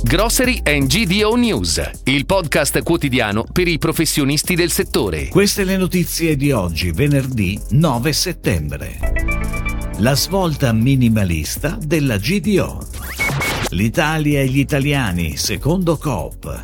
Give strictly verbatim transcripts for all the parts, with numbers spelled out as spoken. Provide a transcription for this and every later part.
Grocery and G D O News, il podcast quotidiano per i professionisti del settore. Queste le notizie di oggi, venerdì nove settembre. La svolta minimalista della G D O. L'Italia e gli italiani, secondo Coop.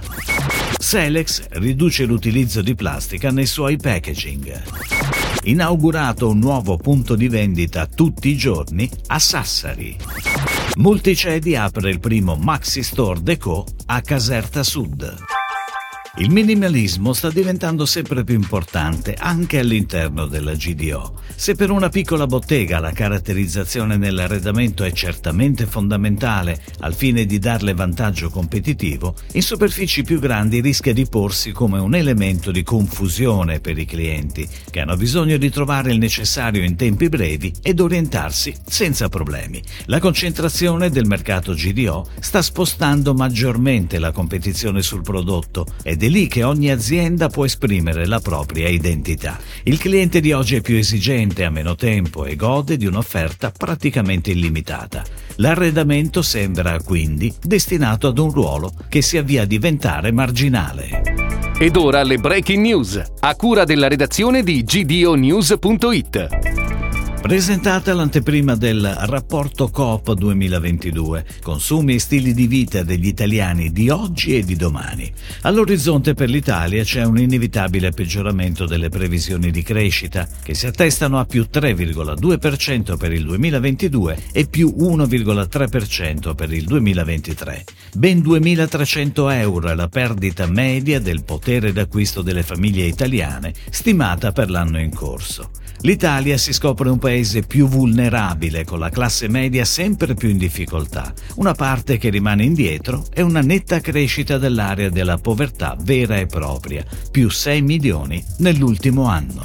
Selex riduce l'utilizzo di plastica nei suoi packaging. Inaugurato un nuovo punto di vendita tutti i giorni a Sassari. Multicedi apre il primo Maxi Store Déco a Caserta Sud. Il minimalismo sta diventando sempre più importante anche all'interno della G D O. Se per una piccola bottega la caratterizzazione nell'arredamento è certamente fondamentale al fine di darle vantaggio competitivo, in superfici più grandi rischia di porsi come un elemento di confusione per i clienti, che hanno bisogno di trovare il necessario in tempi brevi ed orientarsi senza problemi. La concentrazione del mercato G D O sta spostando maggiormente la competizione sul prodotto ed è lì che ogni azienda può esprimere la propria identità. Il cliente di oggi è più esigente, ha meno tempo e gode di un'offerta praticamente illimitata. L'arredamento sembra quindi destinato ad un ruolo che si avvia a diventare marginale. Ed ora le breaking news, a cura della redazione di G D O news punto it. Presentata l'anteprima del rapporto Coop duemilaventidue, consumi e stili di vita degli italiani di oggi e di domani. All'orizzonte per l'Italia c'è un inevitabile peggioramento delle previsioni di crescita, che si attestano a più tre virgola due per cento per il duemilaventidue e più uno virgola tre per cento per il duemilaventitré. Ben duemilatrecento euro è la perdita media del potere d'acquisto delle famiglie italiane, stimata per l'anno in corso. L'Italia si scopre un paese più vulnerabile, con la classe media sempre più in difficoltà, una parte che rimane indietro e una netta crescita dell'area della povertà vera e propria, più sei milioni nell'ultimo anno.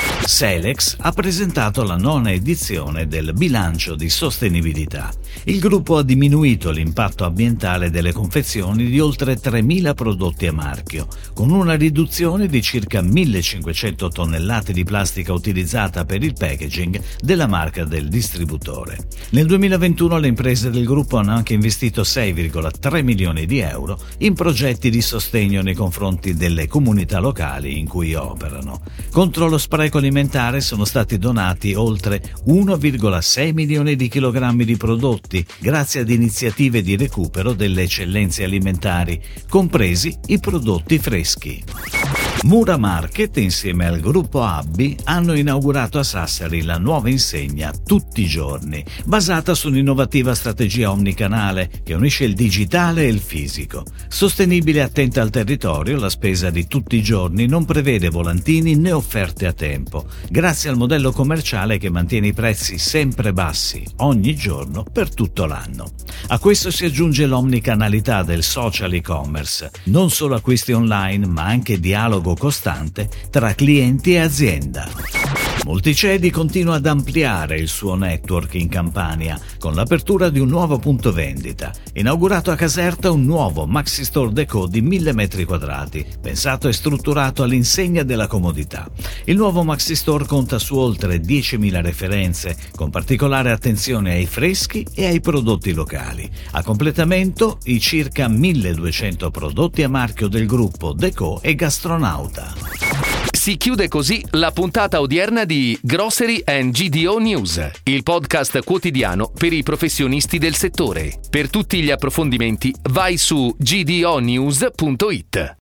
Selex ha presentato la nona edizione del bilancio di sostenibilità. Il gruppo ha diminuito l'impatto ambientale delle confezioni di oltre tremila prodotti a marchio, con una riduzione di circa millecinquecento tonnellate di plastica utilizzata per il packaging della marca del distributore. Nel duemilaventuno le imprese del gruppo hanno anche investito sei virgola tre milioni di euro in progetti di sostegno nei confronti delle comunità locali in cui operano. Contro lo spreco alimentare sono stati donati oltre uno virgola sei milioni di chilogrammi di prodotti grazie ad iniziative di recupero delle eccellenze alimentari, compresi i prodotti freschi. Mura Market insieme al gruppo Abbi hanno inaugurato a Sassari la nuova insegna Tutti i giorni, basata su un'innovativa strategia omnicanale che unisce il digitale e il fisico. Sostenibile e attenta al territorio, la spesa di Tutti i giorni non prevede volantini né offerte a tempo, grazie al modello commerciale che mantiene i prezzi sempre bassi ogni giorno per tutto l'anno. A questo si aggiunge l'omnicanalità del social e-commerce, non solo acquisti online ma anche dialogo costante tra clienti e azienda. Multicedi continua ad ampliare il suo network in Campania con l'apertura di un nuovo punto vendita. Inaugurato a Caserta un nuovo Maxi Store Déco di mille metri quadrati, pensato e strutturato all'insegna della comodità. Il nuovo Maxi Store conta su oltre diecimila referenze, con particolare attenzione ai freschi e ai prodotti locali. A completamento i circa milleduecento prodotti a marchio del gruppo Déco e Gastronauta. Si chiude così la puntata odierna di Grocery and G D O News, il podcast quotidiano per i professionisti del settore. Per tutti gli approfondimenti vai su G D O news punto it.